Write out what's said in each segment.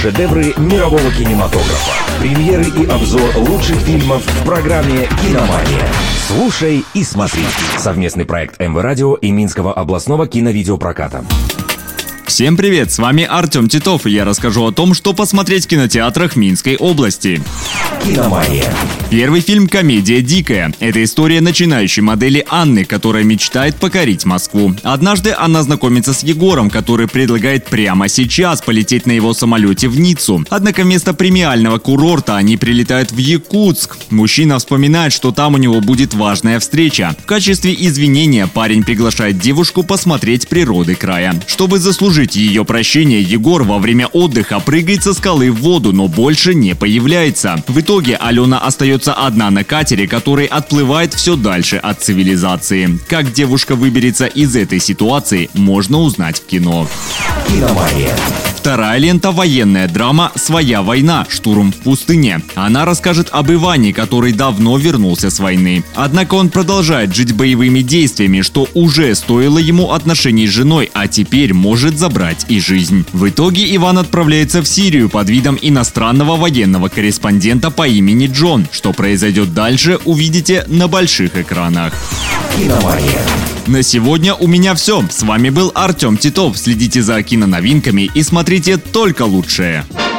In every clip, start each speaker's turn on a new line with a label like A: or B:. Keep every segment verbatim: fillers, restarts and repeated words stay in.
A: Шедевры мирового кинематографа. Премьеры и обзор лучших фильмов в программе «Киномания». Слушай и смотри. Совместный проект эм вэ радио и Минского областного киновидеопроката.
B: Всем привет, с вами Артем Титов, и я расскажу о том, что посмотреть в кинотеатрах Минской области.
A: «Киномания».
B: Первый фильм «Комедия дикая». Это история начинающей модели Анны, которая мечтает покорить Москву. Однажды она знакомится с Егором, который предлагает прямо сейчас полететь на его самолете в Ниццу. Однако вместо премиального курорта они прилетают в Якутск. Мужчина вспоминает, что там у него будет важная встреча. В качестве извинения парень приглашает девушку посмотреть природы края. Чтобы заслужить ее прощение, Егор во время отдыха прыгает со скалы в воду, но больше не появляется. В итоге Алена остается одна на катере, который отплывает все дальше от цивилизации. Как девушка выберется из этой ситуации, можно узнать в кино.
A: «Киномания».
B: Вторая лента – военная драма «Своя война. Штурм в пустыне». Она расскажет об Иване, который давно вернулся с войны. Однако он продолжает жить боевыми действиями, что уже стоило ему отношений с женой, а теперь может забрать и жизнь. В итоге Иван отправляется в Сирию под видом иностранного военного корреспондента по имени Джон. Что произойдет дальше, увидите на больших экранах.
A: «Киномания».
B: На сегодня у меня все. С вами был Артем Титов. Следите за киноновинками и смотрите только лучшее.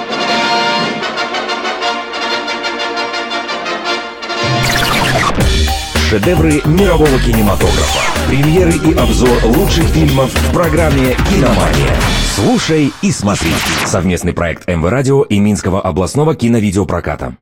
A: Шедевры мирового кинематографа. Премьеры и обзор лучших фильмов в программе «Киномания». Слушай и смотри. Совместный проект эм вэ радио и Минского областного киновидеопроката.